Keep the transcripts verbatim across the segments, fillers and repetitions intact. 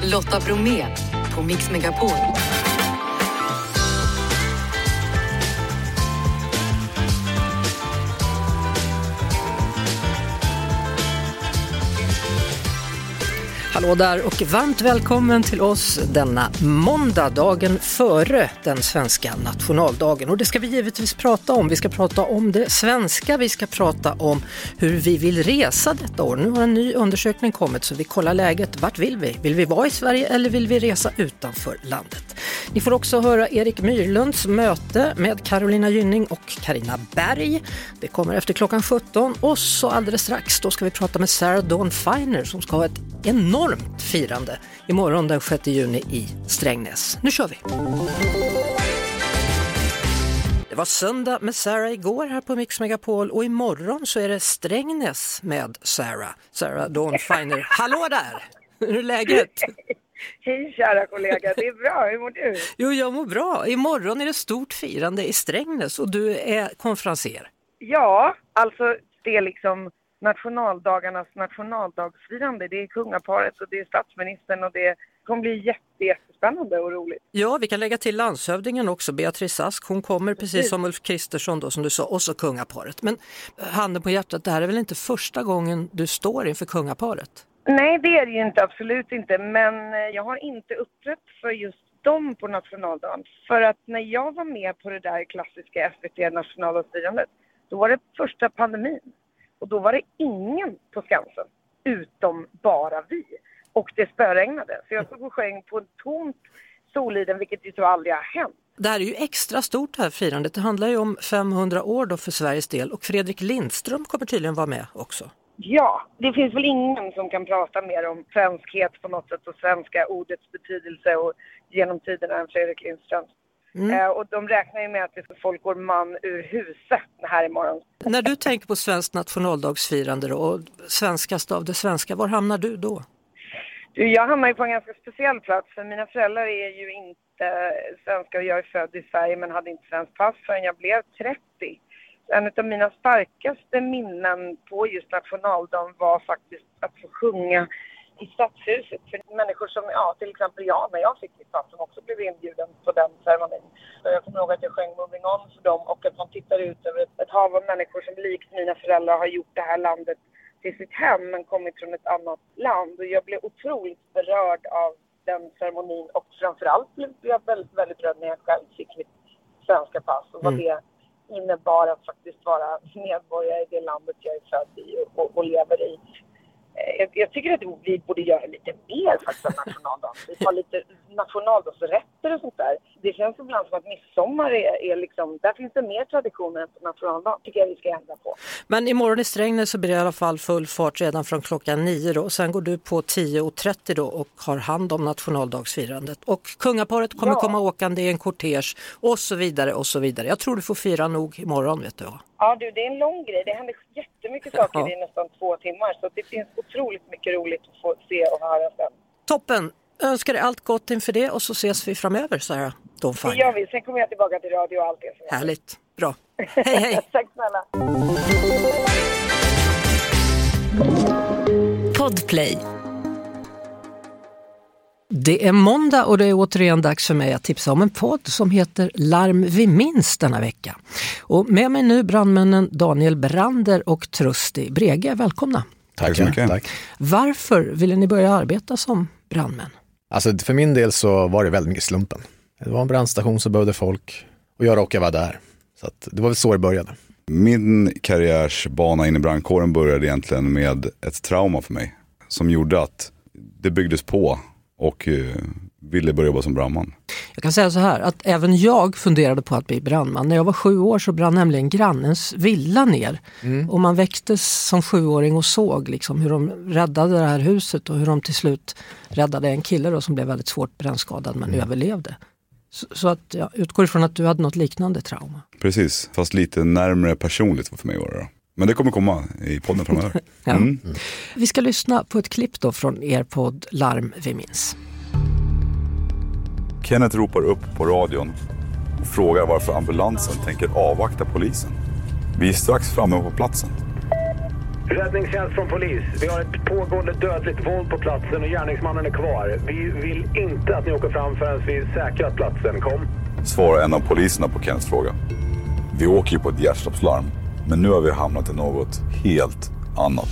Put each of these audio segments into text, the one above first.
Lotta Bromé på Mix Megapol. Hallå där och varmt välkommen till oss denna måndag, dagen före den svenska nationaldagen. Och det ska vi givetvis prata om. Vi ska prata om det svenska, vi ska prata om hur vi vill resa detta år. Nu har en ny undersökning kommit så vi kollar läget. Vart vill vi? Vill vi vara i Sverige eller vill vi resa utanför landet? Ni får också höra Erik Myrlunds möte med Carolina Gynning och Carina Berg. Det kommer efter klockan sjutton och så alldeles strax då ska vi prata med Sarah Dawn Finer som ska ha ett enormt firande imorgon den sjätte juni i Strängnäs. Nu kör vi! Det var söndag med Sarah igår här på Mix Megapol och imorgon så är det Strängnäs med Sarah. Sarah Dawn Finer. Hallå där! Hur är läget? Hej kära kollega, det är bra, hur mår du? Jo, jag mår bra. Imorgon är det stort firande i Strängnäs och du är konferenser. Ja, alltså det är liksom nationaldagarnas nationaldagsfirande. Det är kungaparet och det är statsministern och det kommer bli jätte, jättespännande och roligt. Ja, vi kan lägga till landshövdingen också, Beatrice Ask. Hon kommer precis som Ulf Kristersson då, som du sa, och så kungaparet. Men handen på hjärtat, det här är väl inte första gången du står inför kungaparet? Nej, det är det ju inte, absolut inte. Men jag har inte uppträtt för just dem på nationaldagen. För att när jag var med på det där klassiska S V T-nationaldagsfirandet, då var det första pandemin. Och då var det ingen på Skansen, utom bara vi. Och det spöregnade. Så jag stod och sjöng på ett tomt Soliden, vilket ju så aldrig har hänt. Det här är ju extra stort det här firandet. Det handlar ju om femhundra år då för Sveriges del. Och Fredrik Lindström kommer tydligen vara med också. Ja, det finns väl ingen som kan prata mer om svenskhet på något sätt och svenska ordets betydelse och genom tiderna än Fredrik Lindström. Mm. Eh, och de räknar ju med att folk går man ur huset här imorgon. När du tänker på svenskt nationaldagsfirande då, och svenskast av det svenska, var hamnar du då? Du, jag hamnar ju på en ganska speciell plats för mina föräldrar är ju inte svenska och jag är född i Sverige men hade inte svensk pass förrän jag blev trettio. En av mina starkaste minnen på just nationaldagen var faktiskt att få sjunga i Stadshuset för människor som, ja till exempel jag när jag fick mitt pass som också blev inbjuden på den ceremonin. Så jag kommer ihåg att jag sjöng Moving On för dem och att man tittar ut över ett, ett hav av människor som likt mina föräldrar har gjort det här landet till sitt hem men kommit från ett annat land. Och jag blev otroligt berörd av den ceremonin och framförallt blev jag väldigt, väldigt berörd när jag själv fick mitt svenska pass och vad mm. det innebar att faktiskt vara medborgare i det landet jag är född i och, och, och lever i. Jag, jag tycker att vi borde göra lite mer faktiskt av nationaldagen. Vi har lite nationaldagsrätter och sånt där. Det känns ibland som att midsommar är, är liksom, där finns det mer traditioner än på nationaldagen. Tycker jag vi ska ändra på. Men imorgon i Strängnäs så blir det i alla fall full fart redan från klockan nio då. Och sen går du på tio och trettio då och har hand om nationaldagsfirandet. Och kungaparet kommer ja. komma åkande i en kortege och så vidare och så vidare. Jag tror du får fira nog imorgon, vet du. Ja du, det är en lång grej. Det händer jättemycket saker ja. i nästan två timmar. Så det finns otroligt mycket roligt att få se och höra sen. Toppen! Jag önskar dig allt gott inför det och så ses vi framöver, Sarah Dawn Finer. Det gör vi. Sen kommer jag tillbaka till radio och allt det. Härligt. Bra. Hej, hej. Tack snälla. Podplay. Det är måndag och det är återigen dags för mig att tipsa om en podd som heter Larm vi minns denna vecka. Och med mig nu brandmännen Daniel Brander och Trösti Brege. Välkomna. Tack så mycket. Tack. Varför ville ni börja arbeta som brandmän? Alltså för min del så var det väldigt mycket slumpen. Det var en brandstation som behövde folk och jag råkade vara där. Så att det var väl så det började. Min karriärsbana in i brandkåren började egentligen med ett trauma för mig. Som gjorde att det byggdes på och ville börja jobba som brandman. Jag kan säga så här att även jag funderade på att bli brandman. När jag var sju år så brann nämligen grannens villa ner. Mm. Och man väcktes som sjuåring och såg liksom hur de räddade det här huset och hur de till slut räddade en kille då som blev väldigt svårt brännskadad men mm. överlevde. Så, så att jag utgår ifrån att du hade något liknande trauma. Precis, fast lite närmare personligt för mig var det då. Men det kommer komma i podden framöver. ja. mm. Mm. Vi ska lyssna på ett klipp då från er podd Larm vi minns. Kenneth ropar upp på radion och frågar varför ambulansen tänker avvakta polisen. Vi är strax framme på platsen. Räddningstjänst från polis. Vi har ett pågående dödligt våld på platsen och gärningsmannen är kvar. Vi vill inte att ni åker fram förrän vi säkrat platsen. Kom. Svarar en av poliserna på Kents fråga. Vi åker ju på ett hjärtstoppslarm, men nu har vi hamnat i något helt annat.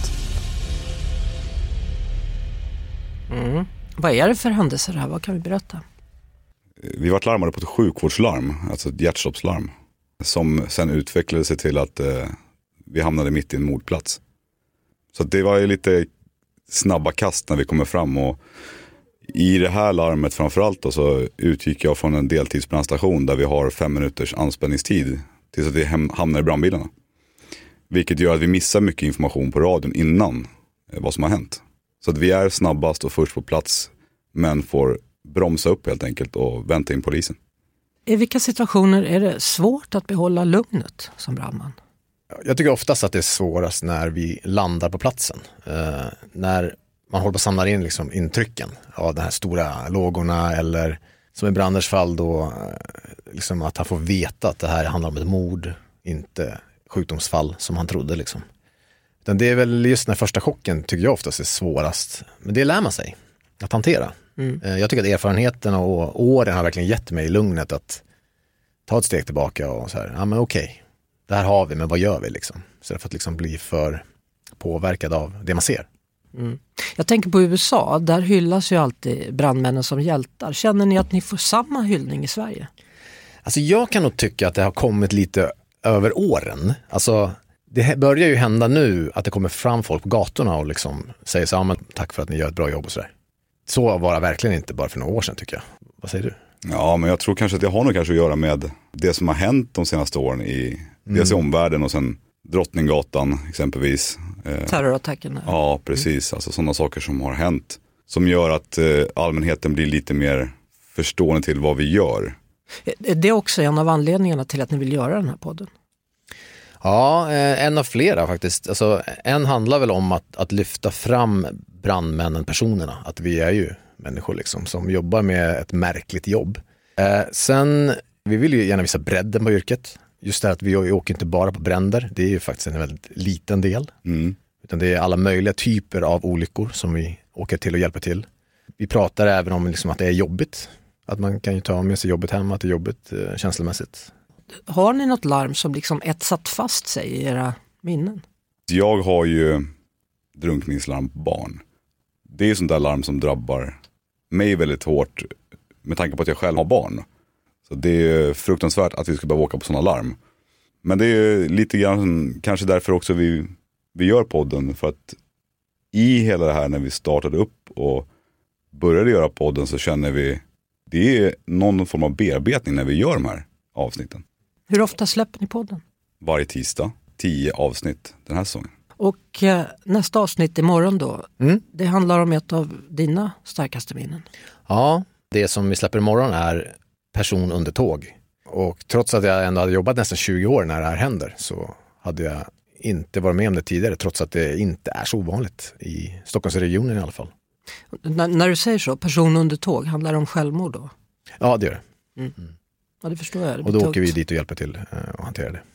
Mm. Vad är det för händelser här? Vad kan vi berätta? Vi var larmade på ett sjukvårdslarm, alltså ett hjärtstoppslarm, som sen utvecklade sig till att eh, vi hamnade mitt i en mordplats. Så det var ju lite snabba kast när vi kommer fram, och i det här larmet framförallt då, så utgick jag från en deltidsbrandstation där vi har fem minuters anspänningstid tills att vi hamnar i brandbilarna. Vilket gör att vi missar mycket information på radion innan eh, vad som har hänt. Så att vi är snabbast och först på plats, men får bromsa upp helt enkelt och vänta in polisen. I vilka situationer är det svårt att behålla lugnet som brandman? Jag tycker oftast att det är svårast när vi landar på platsen. Eh, när man håller på att samla in liksom intrycken av de här stora lågorna, eller som i Branders fall då, eh, liksom att han får veta att det här handlar om ett mord, inte sjukdomsfall som han trodde liksom. Utan det är väl just den här första chocken tycker jag oftast är svårast. Men det lär man sig att hantera. Mm. Eh, jag tycker att erfarenheten och åren har verkligen gett mig lugnet att ta ett steg tillbaka och så här, ja men okej. Det här har vi, men vad gör vi liksom? Så för att liksom bli för påverkad av det man ser. Mm. Jag tänker på U S A, där hyllas ju alltid brandmännen som hjältar. Känner ni att ni får samma hyllning i Sverige? Alltså jag kan nog tycka att det har kommit lite över åren. Alltså det börjar ju hända nu att det kommer fram folk på gatorna och liksom säger så här, men tack för att ni gör ett bra jobb och sådär. Så var det verkligen inte bara för några år sedan tycker jag. Vad säger du? Ja, men jag tror kanske att det har nog kanske att göra med det som har hänt de senaste åren i, mm. dels i omvärlden och sen Drottninggatan exempelvis. Terrorattackerna. Ja, precis. Alltså sådana saker som har hänt. Som gör att eh, allmänheten blir lite mer förstående till vad vi gör. Är det också en av anledningarna till att ni vill göra den här podden? Ja, en av flera faktiskt. Alltså, en handlar väl om att, att lyfta fram brandmännen, personerna. Att vi är ju människor liksom, som jobbar med ett märkligt jobb. Eh, sen, vi vill ju gärna visa bredden på yrket. Just det att vi åker inte bara på bränder. Det är ju faktiskt en väldigt liten del. Mm. Utan det är alla möjliga typer av olyckor som vi åker till och hjälper till. Vi pratar även om liksom att det är jobbigt. Att man kan ju ta med sig jobbet hem, att det är jobbigt eh, känslomässigt. Har ni något larm som liksom etsat fast sig i era minnen? Jag har ju drunkningslarm på barn. Det är ju sånt där larm som drabbar mig väldigt hårt med tanke på att jag själv har barn. Så det är fruktansvärt att vi ska behöva åka på sådana larm. Men det är lite grann kanske därför också vi, vi gör podden. För att i hela det här när vi startade upp och började göra podden så känner vi det är någon form av bearbetning när vi gör de här avsnitten. Hur ofta släpper ni podden? Varje tisdag, tio avsnitt den här säsongen. Och eh, nästa avsnitt imorgon då, mm. det handlar om ett av dina starkaste minnen. Ja, det som vi släpper imorgon är person under tåg. Och trots att jag ändå hade jobbat nästan tjugo år när det här händer så hade jag inte varit med om det tidigare, trots att det inte är så ovanligt i Stockholmsregionen i alla fall. N- när du säger så, person under tåg, handlar det om självmord då? Ja, det gör det. Mm. Mm. Ja, det förstår jag. Det och då åker vi dit och hjälper till att hantera det.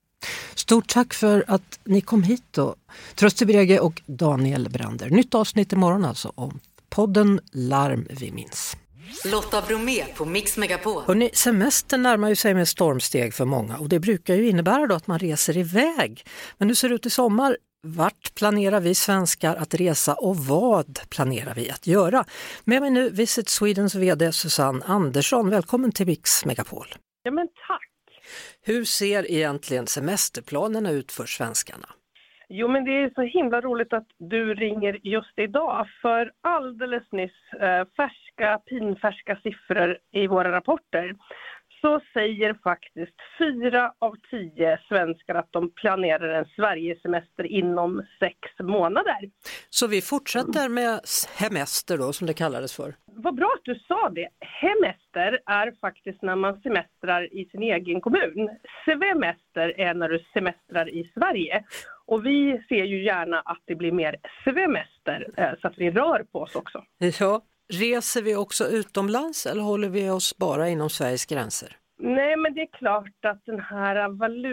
Stort tack för att ni kom hit då. Tröste Brege och Daniel Brander. Nytt avsnitt imorgon alltså om podden Larm vi minns. Lotta Bromé på Mix Megapol. Hörrni, semestern närmar ju sig med stormsteg för många och det brukar ju innebära då att man reser iväg. Men nu ser det ut i sommar. Vart planerar vi svenskar att resa och vad planerar vi att göra? Med mig nu Visit Swedens vd Susanne Andersson. Välkommen till Mix Megapol. Ja men tack. Hur ser egentligen semesterplanerna ut för svenskarna? Jo men det är så himla roligt att du ringer just idag, för alldeles nyss eh, färska, pinfärska siffror i våra rapporter så säger faktiskt fyra av tio svenskar att de planerar en Sverigesemester inom sex månader. Så vi fortsätter med hemester då, som det kallades för. Vad bra att du sa det. Hemester är faktiskt när man semestrar i sin egen kommun. Svemester är när du semestrar i Sverige. Och vi ser ju gärna att det blir mer svemester så att vi rör på oss också. Ja. Reser vi också utomlands eller håller vi oss bara inom Sveriges gränser? Nej, men det är klart att den här valuta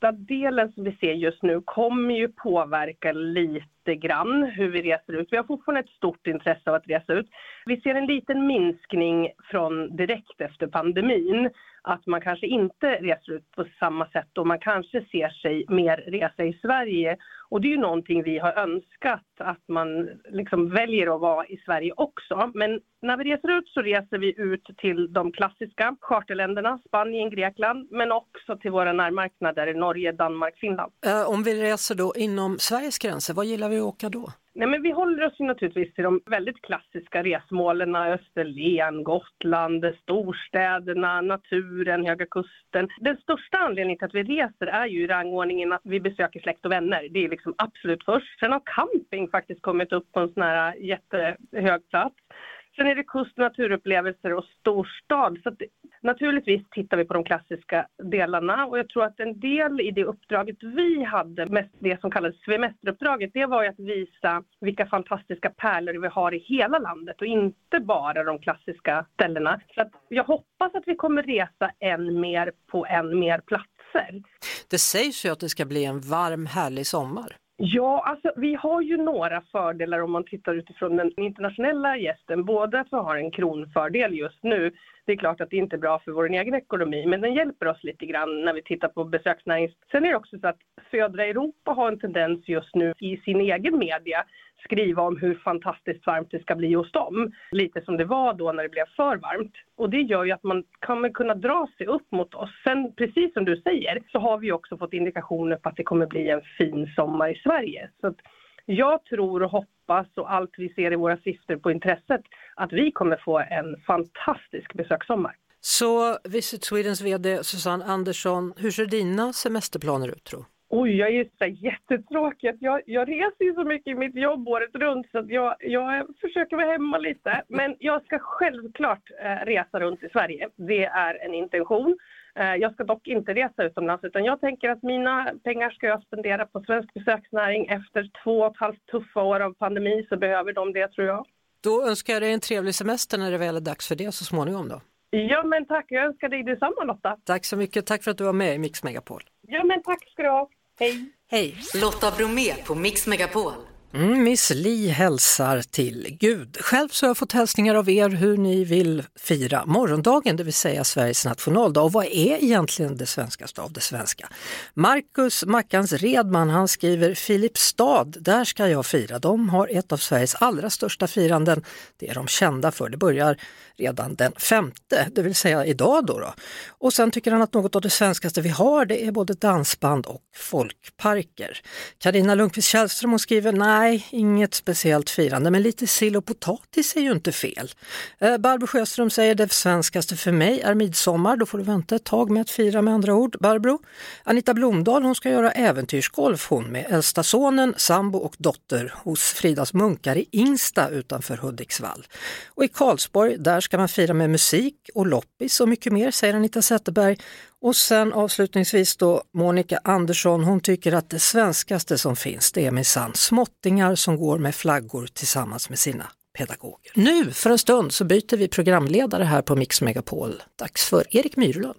sista delen som vi ser just nu kommer ju påverka lite grann hur vi reser ut. Vi har fortfarande ett stort intresse av att resa ut. Vi ser en liten minskning från direkt efter pandemin. Att man kanske inte reser ut på samma sätt och man kanske ser sig mer resa i Sverige. Och det är ju någonting vi har önskat, att man liksom väljer att vara i Sverige också. Men när vi reser ut så reser vi ut till de klassiska charterländerna, Spanien, Grekland, men också till våra närmarknader, Norge, Danmark, Finland. Eh, om vi reser då inom Sveriges gränser, vad gillar vi att åka då? Nej, men vi håller oss ju naturligtvis till de väldigt klassiska resmålen, Österlen, Gotland, storstäderna, naturen, Höga Kusten. Den största anledningen till att vi reser är ju i rangordningen att vi besöker släkt och vänner. Det är liksom absolut först. Sen har camping faktiskt kommit upp på en sån här jättehög plats. Sen är det kust, naturupplevelser och storstad. Så att naturligtvis tittar vi på de klassiska delarna. Och jag tror att en del i det uppdraget vi hade, mest det som kallades semesteruppdraget, det var ju att visa vilka fantastiska pärlor vi har i hela landet och inte bara de klassiska ställena. Så att jag hoppas att vi kommer resa än mer på än mer platser. Det sägs ju att det ska bli en varm, härlig sommar. Ja, alltså vi har ju några fördelar om man tittar utifrån den internationella gästen. Både att vi har en kronfördel just nu. Det är klart att det inte är bra för vår egen ekonomi, men den hjälper oss lite grann när vi tittar på besöksnäring. Sen är det också så att södra Europa har en tendens just nu i sin egen media skriva om hur fantastiskt varmt det ska bli hos dem. Lite som det var då när det blev för varmt. Och det gör ju att man kommer kunna dra sig upp mot oss. Sen precis som du säger så har vi också fått indikationer på att det kommer bli en fin sommar i Sverige. Så att jag tror och hoppas och allt vi ser i våra siffror på intresset att vi kommer få en fantastisk besökssommar. Så Visit Swedens vd Susanne Andersson, hur ser dina semesterplaner ut tro? Oj, jag är så jättetråkigt. Jag, jag reser ju så mycket i mitt jobb året runt så att jag, jag försöker vara hemma lite. Men jag ska självklart eh, resa runt i Sverige. Det är en intention. Eh, jag ska dock inte resa utomlands utan jag tänker att mina pengar ska jag spendera på svensk besöksnäring. Efter två och ett halvt tuffa år av pandemi så behöver de det tror jag. Då önskar jag dig en trevlig semester när det väl är dags för det så småningom då. Ja men tack, jag önskar dig detsamma Lotta. Tack så mycket, tack för att du var med i Mix Megapol. Ja men tack ska du ha. Hej. Hej. Lotta Bromé på Mix Megapol. Mm, Miss Li hälsar till Gud. Själv så har jag fått hälsningar av er hur ni vill fira morgondagen, det vill säga Sveriges nationaldag. Och vad är egentligen det svenskaste av det svenska? Marcus Mackans Redman, han skriver Filipstad, där ska jag fira. De har ett av Sveriges allra största firanden. Det är de kända för. Det börjar redan den femte, det vill säga idag då, då. Och sen tycker han att något av det svenskaste vi har, det är både dansband och folkparker. Carina Lundqvist Källström hon skriver, nej, inget speciellt firande, men lite sill och potatis är ju inte fel. Eh, Barbro Sjöström säger, det svenskaste för mig är midsommar, då får du vänta ett tag med att fira med andra ord, Barbro. Anita Blomdahl, hon ska göra äventyrsgolf hon med äldsta sonen, sambo och dotter hos Fridas munkar i Ingsta utanför Hudiksvall. Och i Karlsborg, där ska man fira med musik och loppis och mycket mer, säger Anita Zetterberg. Och sen avslutningsvis då Monica Andersson, hon tycker att det svenskaste som finns det är minsann småttingar som går med flaggor tillsammans med sina pedagoger. Nu för en stund så byter vi programledare här på Mix Megapol. Dags för Erik Myrlund.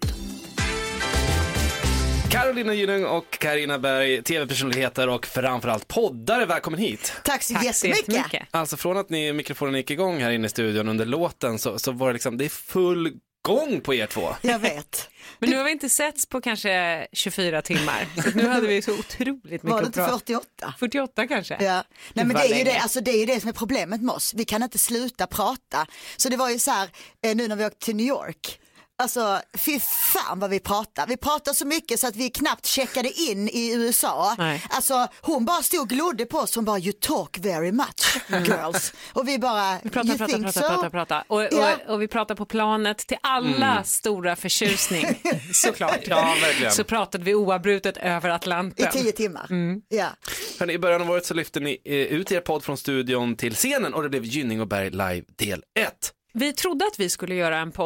Carolina Gynning och Carina Berg, tv-personligheter och framförallt poddare, välkommen hit. Tack så Tack jättemycket. jättemycket. Alltså från att ni mikrofonen gick igång här inne i studion under låten så, så var det liksom, det är full gång på er två. Jag vet. Men nu har vi inte setts på kanske tjugofyra timmar. Så nu hade vi så otroligt mycket Var det att inte prata. fyrtioåtta? fyrtioåtta kanske. Ja. Nej, men var det är, ju länge. det, alltså det är ju det som är problemet med oss. Vi kan inte sluta prata. Så det var ju så här, eh, nu när vi åkte till New York. Alltså, fy fan vad vi pratar. Vi pratar så mycket så att vi knappt checkade in i U S A. Nej. Alltså, hon bara stod och glodde på oss. Hon bara, you talk very much, girls. Och vi bara, Vi pratar, you pratar, think pratar, so? pratar, pratar. Och, Ja. och, och vi pratar på planet till alla stora förtjusning. Såklart. Ja, verkligen. Så pratade vi oavbrutet över Atlanten. I tio timmar. Ja. Hörrni, i början av året så lyfte ni eh, ut er podd från studion till scenen och det blev Gynning och Berg live del ett. Vi trodde att vi skulle göra en podd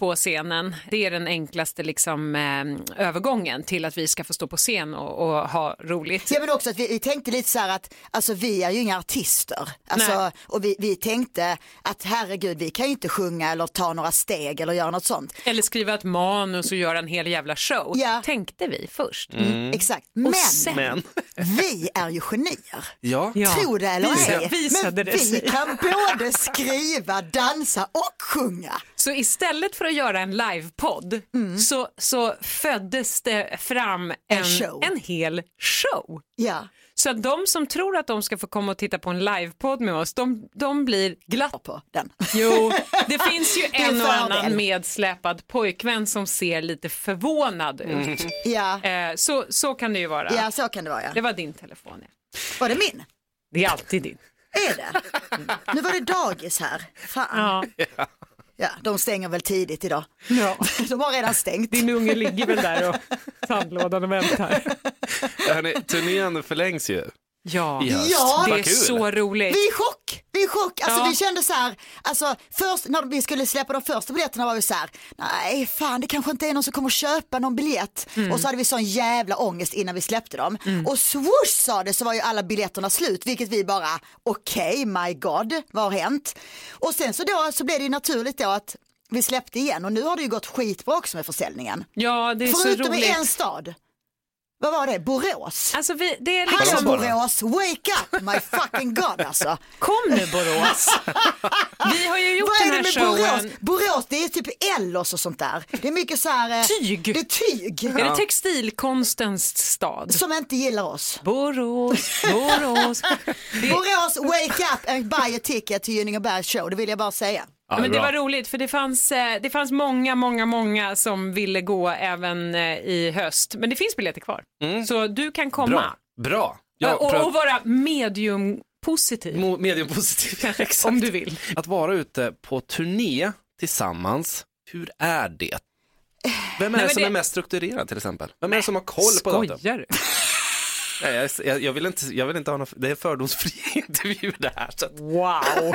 på scenen. Det är den enklaste liksom, eh, övergången till att vi ska få stå på scen och, och ha roligt. Ja, men också att vi, vi tänkte lite så här att alltså, vi är ju inga artister. Alltså, och vi, vi tänkte att herregud, vi kan ju inte sjunga eller ta några steg eller göra något sånt. Eller skriva ett manus och göra en hel jävla show. Ja. Tänkte vi först. Mm. Mm, exakt. Men, sen... men vi är ju genier. Ja. Ja. Tror det eller ej. Visade Men det vi sig. kan både skriva, dansa och sjunga. Så istället för att göra en livepodd mm. så, så föddes det fram en, En show. en hel show. Ja. Så att de som tror att de ska få komma och titta på en livepodd med oss, de, de blir glatt på den. Jo, det finns ju är en och fördel. annan medsläpad pojkvän som ser lite förvånad ut. Mm. Ja. Eh, så, så kan det ju vara. Ja, så kan det vara. Ja. Det var din telefon. Ja. Var det min? Det är alltid din. Är det? Nu var det dagis här. Fan. Ja. Ja, de stänger väl tidigt idag. Ja. De har redan stängt. Din unge ligger väl där och sandlådan och väntar. Hörrni, turnén förlängs ju. Ja, Ja, det är kul. så roligt. Vi är i chock, vi är i chock. Alltså Ja. vi kände så här, alltså först när vi skulle släppa de första biljetterna var vi så här, nej fan det kanske inte är någon som kommer köpa någon biljett. Mm. Och så hade vi sån jävla ångest innan vi släppte dem. Mm. Och swoosh sa det så var ju alla biljetterna slut, vilket vi bara, okej, okay, my god, vad har hänt? Och sen så då så blev det ju naturligt då att vi släppte igen och nu har det ju gått skitbra också med försäljningen. Ja, det är Förutom så i roligt. en stad. Vad var det? Borås? Alltså vi, det är Hallå liksom... Borås, wake up my fucking god alltså. Kom nu Borås. Vi har ju gjort Vad den är det här med showen. Borås? Borås, det är typ Ellos och sånt där. Det är mycket så här... eh, Tyg. Det är tyg. Är det textilkonstens stad? Som inte gillar oss. Borås, Borås. Det, Borås, wake up and buy a ticket till Gynning och Bergs show, det vill jag bara säga. ja, men det var roligt för det fanns, eh, det fanns många, många, många som ville gå även eh, i höst. Men det finns biljetter kvar. Mm. Så du kan komma. Bra. Bra. Jag och, pröv- och vara medium positiv. Mo- medium positiv. Exakt. Om du vill. Att vara ute på turné tillsammans, hur är det? Vem är Nej, det som det... är mest strukturerad till exempel? Vem är det som har koll på datum? Skojar du? Nej, jag, jag, jag, vill inte, jag vill inte ha någon, det är fördomsfri intervju det här. Så att... Wow.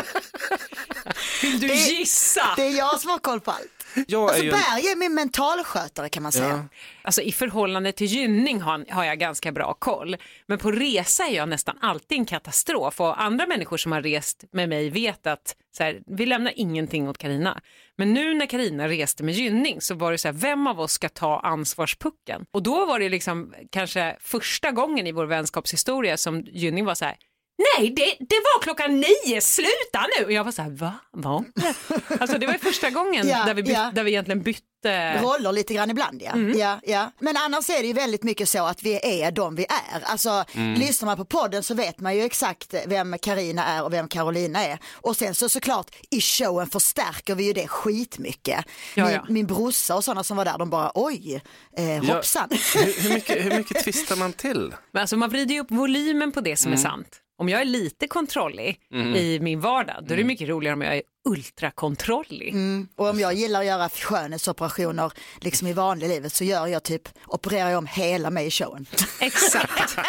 Vill du Det- gissa? Det är jag som har koll på allt. Jag Alltså är ju en... Berg är min mentalskötare kan man säga. Ja. Alltså i förhållande till Gynning har, har jag ganska bra koll. Men på resa är jag nästan alltid en katastrof. Och andra människor som har rest med mig vet att så här, vi lämnar ingenting åt Carina. Men nu när Carina reste med Gynning så var det så här, vem av oss ska ta ansvarspucken? Och då var det liksom kanske första gången i vår vänskapshistoria som Gynning var så här, nej, det, det var klockan nio, sluta nu! Och jag var så här, va? va? Alltså det var ju första gången Ja, där, vi byt, ja. där vi egentligen bytte. Roller lite grann ibland ja. Mm. Ja, ja. Men annars är det ju väldigt mycket så att vi är de vi är. Alltså Mm. lyssnar man på podden så vet man ju exakt vem Carina är och vem Carolina är. Och sen så såklart i showen förstärker vi ju det skitmycket. Ja, min, ja. min brorsa och sådana som var där, de bara oj, eh, Ja, hoppsan. hur, hur, mycket, hur mycket twistar man till? Men alltså man vrider ju upp volymen på det som är sant. Om jag är lite kontrollig i min vardag, då är det mycket roligare om jag är ultrakontrollig. Mm. Och om jag gillar att göra skönhetsoperationer liksom i vanliga livet så gör jag typ, opererar jag om hela mig i showen. Exakt.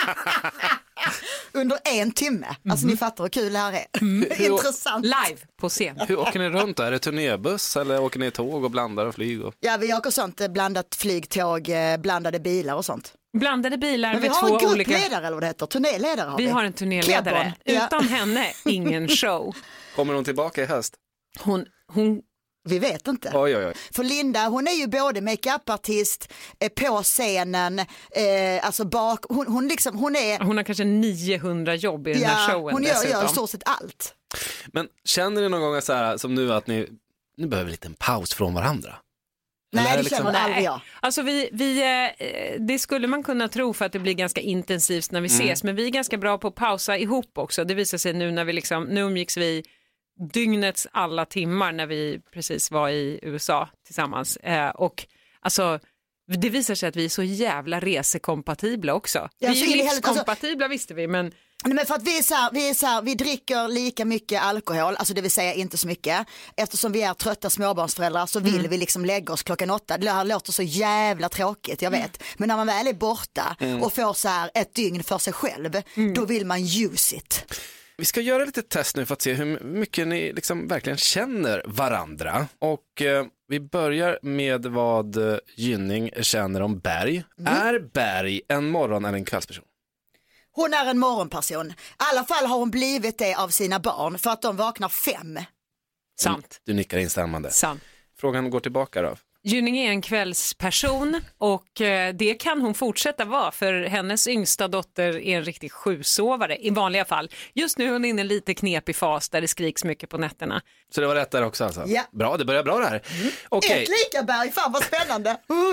Under en timme. Alltså ni fattar hur kul det här är. Intressant. Live på scen. Hur åker ni runt då? Är det turnébuss eller åker ni tåg och blandar och flyg? Och... Ja, vi åker sånt, eh, blandat flygtåg, eh, blandade bilar och sånt. Blandade bilar Men vi med har två en olika... gruppledare eller vad det heter, turnéledare har vi. Vi har en turnéledare. Klebon. Ja. Utan henne, ingen show. Kommer hon tillbaka i höst? Hon, hon... Vi vet inte. Oj, oj, oj. För Linda, hon är ju både makeupartist, eh, på scenen, eh, alltså bak, hon, hon liksom, hon är, hon har kanske niohundra jobb i den här ja, showen hon gör, gör i dessutom. stort sett allt. Men känner ni någon gång så här, som nu att ni nu behöver vi lite en paus från varandra? Eller Nej, är det liksom- känner aldrig jag. Alltså vi, vi, eh, det skulle man kunna tro för att det blir ganska intensivt när vi Mm. ses, men vi är ganska bra på att pausa ihop också. Det visar sig nu när vi liksom, nu umgicks vi dygnets alla timmar när vi precis var i U S A tillsammans. Eh, och alltså, det visar sig att vi är så jävla resekompatibla också. Ja, vi så är in i helvete, livskompatibla visste vi, men Nej, men för att vi är så här, vi är så här, vi dricker lika mycket alkohol, alltså det vill säga inte så mycket. Eftersom vi är trötta småbarnsföräldrar så vill Mm. vi liksom lägga oss klockan åtta. Det här låter så jävla tråkigt, jag vet. Mm. Men när man väl är borta och får så här ett dygn för sig själv, Mm. då vill man use it. Vi ska göra lite test nu för att se hur mycket ni liksom verkligen känner varandra. Och eh, vi börjar med vad eh, Gynning känner om Berg. Mm. Är Berg en morgon- eller en kvällsperson? Hon är en morgonperson. I alla fall har hon blivit det av sina barn för att de vaknar fem. Sant. Du nickar instämmande. Sant. Frågan går tillbaka då. Gynning är en kvällsperson och eh, det kan hon fortsätta vara för hennes yngsta dotter är en riktig sjusovare i vanliga fall. Just nu är hon inne i en lite knepig fas där det skriks mycket på nätterna. Så det var rätt där också alltså? Ja. Bra, det börjar bra det här. Mm. Okay. Ett lika Berg, fan vad spännande.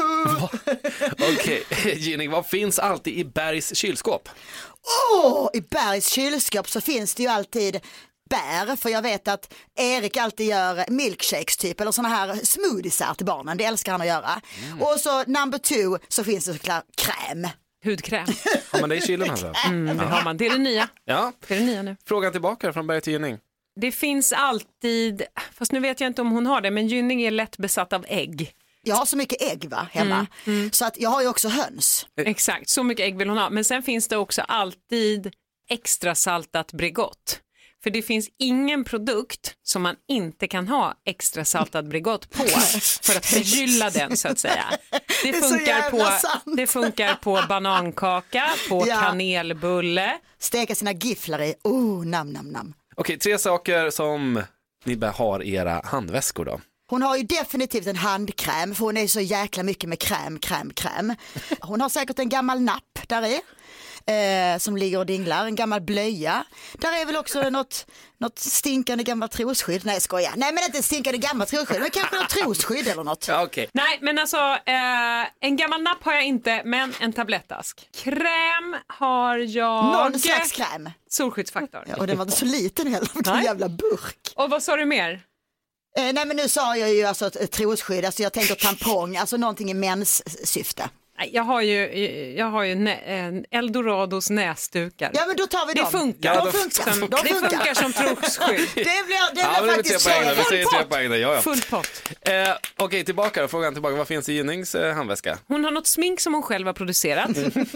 Okej, okay. Gynning, vad finns alltid i Bergs kylskåp? Åh, oh, i Bergs kylskåp så finns det ju alltid bär, för jag vet att Erik alltid gör milkshakes typ eller såna här smoothiesar till barnen, det älskar han att göra. Mm. Och så number two så finns det såklart kräm. Hudkräm. Har man det i kylen alltså? Mm, det har man, det är det nya. Ja. Det är det nya nu. Frågan tillbaka från Berg till Gynning. Det finns alltid, fast nu vet jag inte om hon har det, men Gynning är lätt besatt av ägg. Jag har så mycket ägg va, hemma. Mm, mm. Så att jag har ju också höns. Exakt, så mycket ägg vill hon ha. Men sen finns det också alltid extra saltat Bregott. För det finns ingen produkt som man inte kan ha extra saltad Bregott på för att förgylla den så att säga. Det funkar, det på, det funkar på banankaka, på ja. kanelbulle. Steka sina gifflar i, oh nam nam nam. Okej, tre saker som ni har i era handväskor då. Hon har ju definitivt en handkräm för hon är så jäkla mycket med kräm, kräm, kräm. Hon har säkert en gammal napp där i. Eh, som ligger och dinglar, en gammal blöja. Där är väl också något, något stinkande gammalt trosskydd. Nej, skoja. Nej, men inte stinkande gammalt trosskydd, men kanske något trosskydd eller något. Ja, okay. Nej, men alltså eh, en gammal napp har jag inte, men en tablettask. Kräm har jag. Någon slags kräm. Solskyddsfaktor. Ja, och den var inte så liten heller, en jävla burk. Och vad sa du mer? Eh, nej, men nu sa jag ju alltså ett, ett trosskydd, alltså jag tänker tampong, alltså någonting i menssyfte. Jag har ju, jag har ju nä, Eldorados näsdukar. Ja, men då tar vi dem. Det funkar. Ja, de funkar. Som, de det funkar. funkar som trosskydd. Det blir, det ja, blir faktiskt så. Full pott. Ja, ja. Full pott. Eh, Okej, okay, tillbaka då. Frågan tillbaka. Vad finns i Gynnings eh, handväska? Hon har något smink som hon själv har producerat.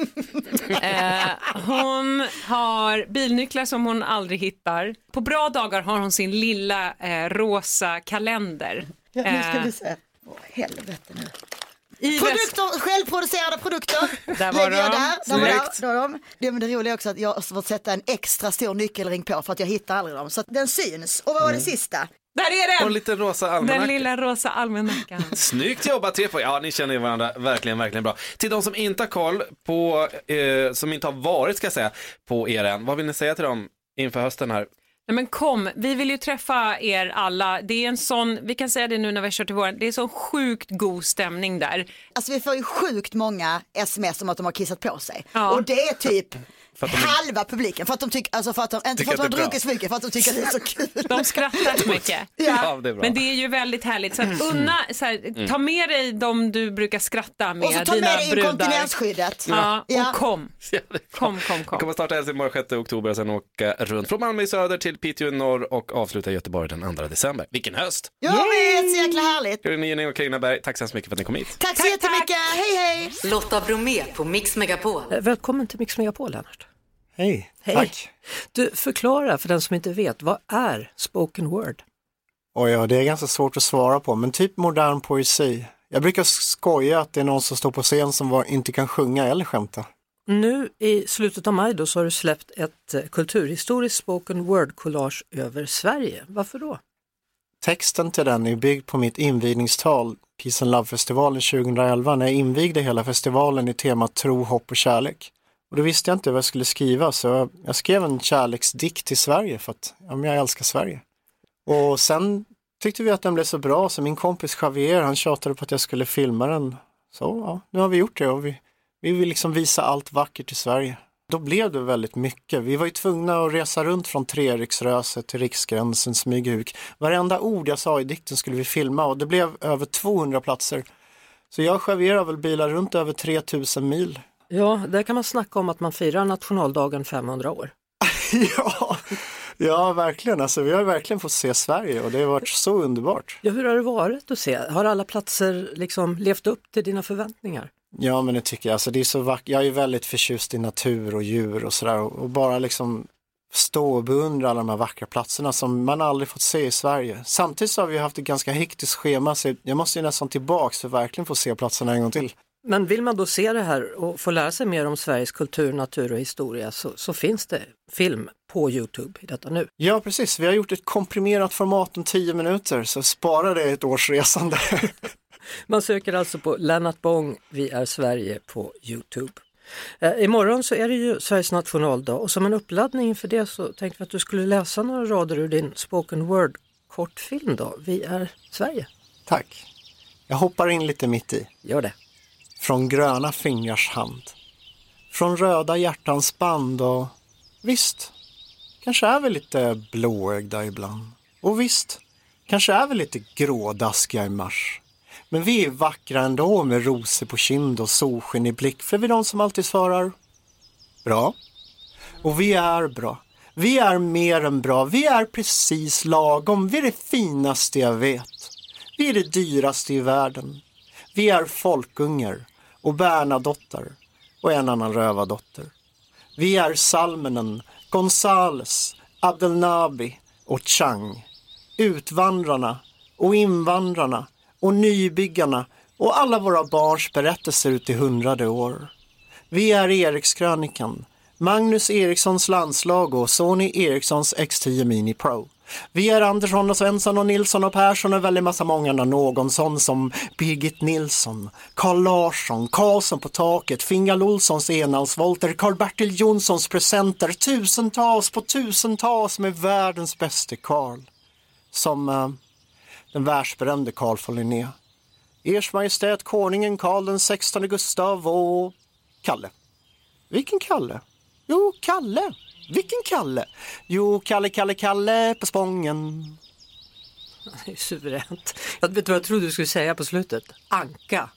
eh, hon har bilnycklar som hon aldrig hittar. På bra dagar har hon sin lilla eh, rosa kalender. Ja, nu ska vi se. Åh, helvete nu. I produkter, rest... självproducerade produkter. Där var de. Där, där, var där, där de. Det, men det roliga är också att jag har fått sätta en extra stor nyckelring på för att jag hittar aldrig dem. Så att den syns. Och vad var det sista? Där är den! Och lite rosa almanacka. Den lilla rosa almanackan. Snyggt jobbat, tre på. Ja, ni känner ju varandra verkligen, verkligen bra. Till de som inte har koll på, eh, som inte har varit ska jag säga, på er än. Vad vill ni säga till dem inför hösten här? Nej, men kom, vi vill ju träffa er alla. Det är en sån, vi kan säga det nu när vi har kört till våren, det är så sjukt god stämning där. Alltså vi får ju sjukt många sms om att de har kissat på sig. Ja. Och det är typ de... halva publiken. För att de tycker, alltså för att de, inte för att de har druckit så mycket, för att de tycker att det är så kul. De skrattar så mycket. Ja. Ja, det är bra. Men det är ju väldigt härligt. Så att unna, så här, ta med dig de du brukar skratta med, och så ta dina med dig brudar. Inkontinensskyddet. Ja, ja. Och kom. Kom, kom, kom. Vi kommer starta Helsingborg sjätte oktober och sen åka runt från Malmö i söder till Piteå i norr och avsluta i Göteborg den andra december. Vilken höst! Ja, det är så jäkla härligt. Gynning och Carina Berg, tack så hemskt mycket för att ni kom hit. Tack så jättemycket, hej hej! Lotta Bromé på Mix Megapol. Välkommen till Mix Megapol, Lennart. Hej, Hej. Tack. Du, förklara för den som inte vet, vad är spoken word? Och ja, det är ganska svårt att svara på, men typ modern poesi. Jag brukar skoja att det är någon som står på scen som var, inte kan sjunga eller skämta. Nu i slutet av maj då så har du släppt ett eh, kulturhistoriskt spoken word-collage över Sverige. Varför då? Texten till den är byggd på mitt invigningstal Peace and Love-festivalen tjugoelva när jag invigde hela festivalen i temat tro, hopp och kärlek. Och då visste jag inte vad jag skulle skriva så jag skrev en kärleksdikt till Sverige för att ja, jag älskar Sverige. Och sen tyckte vi att den blev så bra så min kompis Javier han tjatade på att jag skulle filma den. Så ja, nu har vi gjort det och vi, vi vill liksom visa allt vackert i Sverige. Då blev det väldigt mycket. Vi var ju tvungna att resa runt från Treriksröset till Riksgränsen, Smygehuk. Varenda ord jag sa i dikten skulle vi filma och det blev över tvåhundra platser. Så jag och Javier har väl bilar runt över tre tusen mil. Ja, där kan man snacka om att man firar nationaldagen femhundra år. ja, ja, verkligen. Alltså, vi har verkligen fått se Sverige och det har varit så underbart. Ja, hur har det varit att se? Har alla platser liksom levt upp till dina förväntningar? Ja, men det tycker jag. Alltså, det är så vackert. Jag är väldigt förtjust i natur och djur och sådär. Och bara liksom stå och beundra alla de här vackra platserna som man aldrig fått se i Sverige. Samtidigt så har vi haft ett ganska hektiskt schema, så jag måste ju nästan tillbaks för att verkligen få se platserna en gång till. Men vill man då se det här och få lära sig mer om Sveriges kultur, natur och historia så, så finns det film på YouTube i detta nu. Ja, precis. Vi har gjort ett komprimerat format om tio minuter, så spara det ett års resande. Man söker alltså på Lennart Bong, Vi är Sverige på YouTube. Eh, imorgon så är det ju Sveriges nationaldag och som en uppladdning för det så tänkte vi att du skulle läsa några rader ur din spoken word kortfilm då. Vi är Sverige. Tack. Jag hoppar in lite mitt i. Gör det. Från gröna fingrars hand. Från röda hjärtans band och visst, kanske är vi lite blåögda ibland. Och visst, kanske är vi lite grådaskiga i mars. Men vi är vackra ändå med rosor på kind och solsken i blick. För vi är de som alltid svarar bra. Och vi är bra. Vi är mer än bra. Vi är precis lagom. Vi är det finaste jag vet. Vi är det dyraste i världen. Vi är folkungar och Bernadottar och en annan rövardotter. Vi är Salmenen, Gonzales, Abdelnabi och Chang. Utvandrarna och invandrarna och nybyggarna och alla våra barns berättelser ut i hundrade år. Vi är Erikskrönikan, Magnus Erikssons landslag och Sony Erikssons X tio Mini Pro. Vi är Andersson och Svensson och Nilsson och Persson och väldigt massa många någonsson som Birgit Nilsson, Carl Larsson, Karlsson på taket, Fingal Olssons enalsvolter, Carl-Bertil Jonssons presenter, tusentals på tusentals med världens bästa Karl. Som äh, den världsberömde Carl von Linné. Ers Majestät Konungen Karl den sextonde Gustav och Kalle. Vilken Kalle? Jo, Kalle. Vilken Kalle? Jo, Kalle, Kalle, Kalle på Spången. Det är suveränt. Jag vet vad jag trodde du skulle säga på slutet. Anka.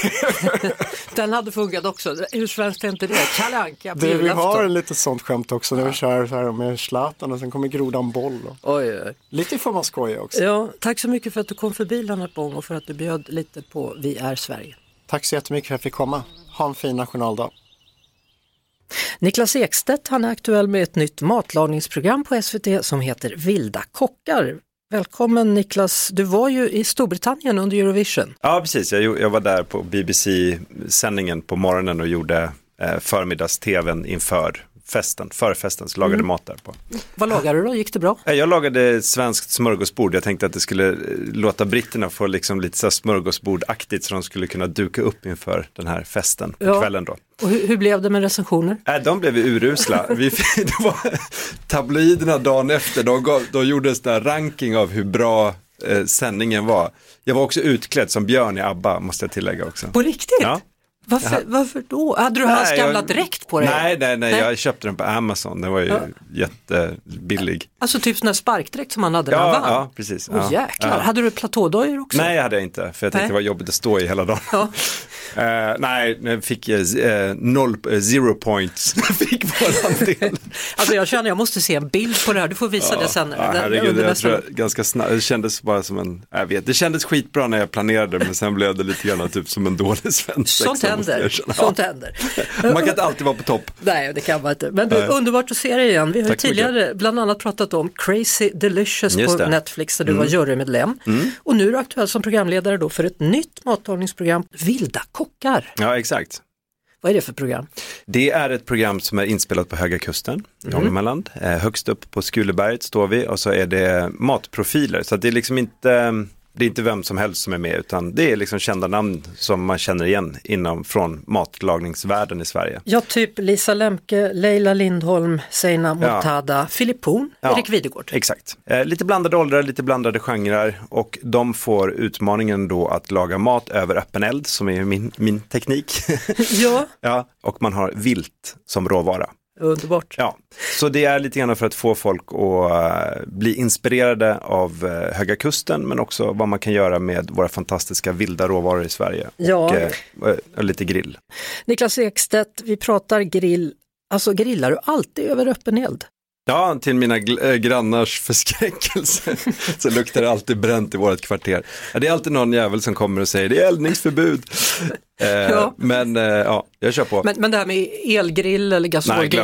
Den hade funkat också. Hur svenskt är inte det? Kalle Anka. Det, vi har en lite sånt skämt också när vi kör så här med Zlatan och sen kommer grodan boll. Och... Oj, oj. Lite får man skoja också. Ja, tack så mycket för att du kom förbi Lennart Bong och för att du bjöd lite på Vi är Sverige. Tack så jättemycket för att jag fick komma. Ha en fin nationaldag. Niklas Ekstedt, han är aktuell med ett nytt matlagningsprogram på S V T som heter Vilda kockar. Välkommen Niklas, du var ju i Storbritannien under Eurovision. Ja precis, jag, jag var där på B B C-sändningen på morgonen och gjorde eh, förmiddags-tvn inför festen, förfesten, så lagade mm. mat där på. Vad lagade du då? Gick det bra? Jag lagade svenskt smörgåsbord. Jag tänkte att det skulle låta britterna få liksom lite så här smörgåsbordaktigt så de skulle kunna duka upp inför den här festen på ja. kvällen då. Och hur, hur blev det med recensioner? Äh, de blev urusla. Vi, det var tabloiderna dagen efter. De, gav, de gjorde en sån där ranking av hur bra eh, sändningen var. Jag var också utklädd som Björn i ABBA, måste jag tillägga också. På riktigt? Ja. Varför, Jaha. varför då? Hade du hans gamla dräkt på dig? Nej, nej, nej, jag köpte den på Amazon. Den var ju ja. jättebillig. Alltså typ sån här sparkdräkt som man hade ja, när han vann? Ja, precis. Åh ja. jäklar. Ja. Hade du platådojor också? Nej, jag hade jag inte. För jag tänkte nej. det var jobbigt att stå i hela dagen. Ja. uh, nej, jag fick uh, noll, uh, zero points. fick våran del. Alltså jag känner, jag måste se en bild på det här. Du får visa ja. det sen. Ja, herregud, jag tror jag, ganska snabbt. Det kändes bara som en, jag vet, det kändes skitbra när jag planerade. Men sen blev det lite grann typ som en dålig svensk. Sånt händer. Sånt händer. Man kan inte alltid vara på topp. Nej, det kan man inte. Men du, underbart att se dig igen. Vi har tidigare mycket. bland annat pratat om Crazy Delicious Just på det. Netflix där du mm. var jurymedlem. Mm. Och nu är du aktuell som programledare då för ett nytt matlagningsprogram, Vilda kockar. Ja, exakt. Vad är det för program? Det är ett program som är inspelat på Höga Kusten i Ångermanland. Mm. Högst upp på Skuleberget står vi och så är det matprofiler. Så att det är liksom inte... Det är inte vem som helst som är med utan det är liksom kända namn som man känner igen inom från matlagningsvärlden i Sverige. Ja, typ Lisa Lemke, Leila Lindholm, Seina Mortada, ja. Filip Poon, ja, Erik Videgård. Exakt. Eh, lite blandade åldrar, lite blandade genrer och de får utmaningen då att laga mat över öppen eld som är min, min teknik. Ja. Ja. Och man har vilt som råvara. Underbart. Ja, så det är lite grann för att få folk att bli inspirerade av Höga Kusten men också vad man kan göra med våra fantastiska vilda råvaror i Sverige ja. och, och, och lite grill. Niklas Ekstedt, vi pratar grill. Alltså grillar du alltid över öppen eld? Ja, till mina gl- grannars förskräckelse så luktar det alltid bränt i vårt kvarter. Ja, det är alltid någon jävel som kommer och säger det är eldningsförbud. Eh, ja. Men eh, ja, jag kör på. Men, men det här med elgrill eller gasolgrill? Nej, glöm det.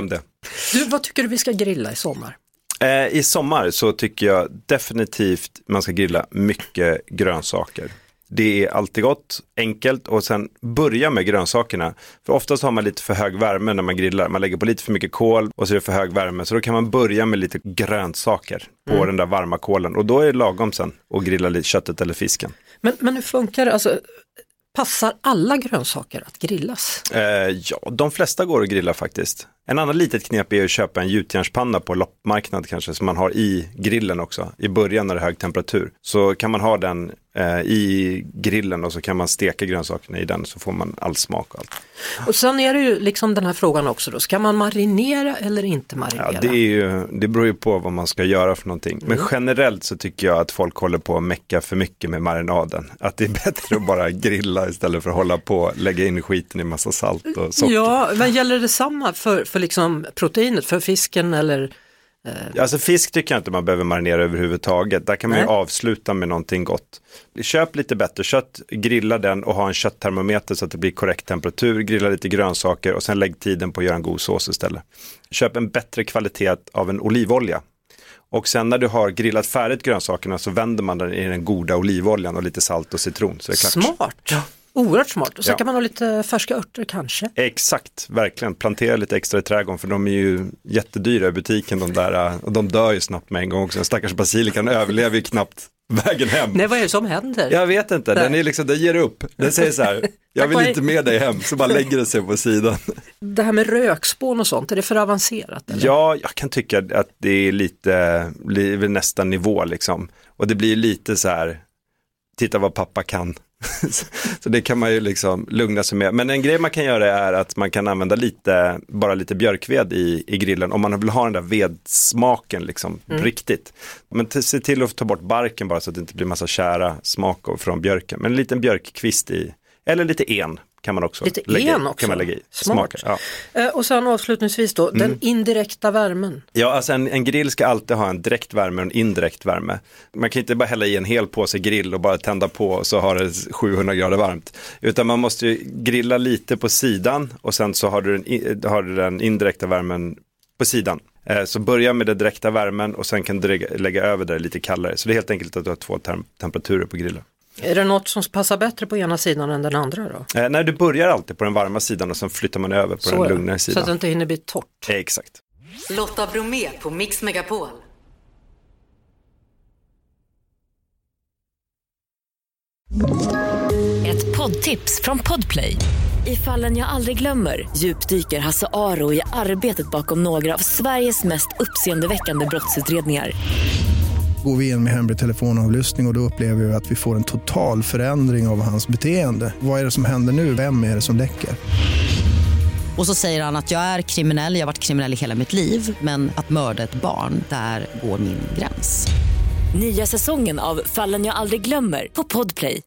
Du, vad tycker du vi ska grilla i sommar? Eh, I sommar så tycker jag definitivt man ska grilla mycket grönsaker. Det är alltid gott, enkelt och sen börja med grönsakerna. För oftast har man lite för hög värme när man grillar. Man lägger på lite för mycket kol och så är det för hög värme. Så då kan man börja med lite grönsaker på mm. den där varma kolen. Och då är det lagom sen att grilla lite köttet eller fisken. Men, men hur funkar det? Alltså, passar alla grönsaker att grillas? Eh, ja, de flesta går att grilla faktiskt. En annan litet knep är att köpa en gjutjärnspanna på loppmarknad kanske som man har i grillen också. I början när det är hög temperatur. Så kan man ha den eh, i grillen och så kan man steka grönsakerna i den så får man all smak och allt. Och sen är det ju liksom den här frågan också då. Ska man marinera eller inte marinera? Ja, det, är ju, det beror ju på vad man ska göra för någonting. Men mm. generellt så tycker jag att folk håller på att mecka för mycket med marinaden. Att det är bättre att bara grilla istället för att hålla på och lägga in skiten i massa salt och socker. Ja, men gäller det samma för, för liksom proteinet, för fisken eller... Eh... Alltså fisk tycker jag inte man behöver marinera överhuvudtaget. Där kan man Nej. ju avsluta med någonting gott. Köp lite bättre kött, grilla den och ha en kötttermometer så att det blir korrekt temperatur. Grilla lite grönsaker och sen lägg tiden på att göra en god sås istället. Köp en bättre kvalitet av en olivolja. Och sen när du har grillat färdigt grönsakerna så vänder man den i den goda olivoljan och lite salt och citron. Så det är klart. Smart! Ja. Oerhört smart. Och så ja. kan man ha lite färska örter kanske. Exakt, verkligen. Plantera lite extra i trädgården för de är ju jättedyra i butiken de där. Och de dör ju snabbt med en gång också. Den stackars basilikan överlever ju knappt vägen hem. Nej, vad är det som händer? Jag vet inte, den, är liksom, den ger upp. Den säger så här, jag vill inte med dig hem. Så bara lägger det sig på sidan. Det här med rökspån och sånt, är det för avancerat? Eller? Ja, jag kan tycka att det är lite, blir nästan nivå liksom. Och det blir lite så här, titta vad pappa kan. Så det kan man ju liksom lugna sig med. Men en grej man kan göra är att man kan använda lite, bara lite björkved i, i grillen om man vill ha den där vedsmaken liksom mm. riktigt. Men t- se till att ta bort barken bara så att det inte blir massa kära smaker från björken. Men en liten björkkvist i, eller lite en kan man också lite lägga, en också. Kan man lägga i. Smart. Ja. Eh, och sen avslutningsvis då, mm. den indirekta värmen. Ja, alltså en, en grill ska alltid ha en direkt värme och en indirekt värme. Man kan inte bara hälla i en hel påse grill och bara tända på och så har det sjuhundra grader varmt. Utan man måste ju grilla lite på sidan och sen så har du den, har du den indirekta värmen på sidan. Eh, så börja med den direkta värmen och sen kan du lägga, lägga över det lite kallare. Så det är helt enkelt att du har två tem- temperaturer på grillen. Är det något som passar bättre på ena sidan än den andra då? Eh, nej, du börjar alltid på den varma sidan och sen flyttar man över på så den lugnare sidan. Så att det inte hinner bli torrt. Eh, exakt. Lotta Bromé på Mix Megapol. Ett poddtips från Podplay. I Fallen jag aldrig glömmer djupdyker Hasse Aro i arbetet bakom några av Sveriges mest uppseendeväckande brottsutredningar. Går vi in med hemlig telefonavlyssning och, och då upplever vi att vi får en total förändring av hans beteende. Vad är det som händer nu? Vem är det som läcker? Och så säger han att jag är kriminell, jag har varit kriminell i hela mitt liv. Men att mörda ett barn, där går min gräns. Nya säsongen av Fallen jag aldrig glömmer på Podplay.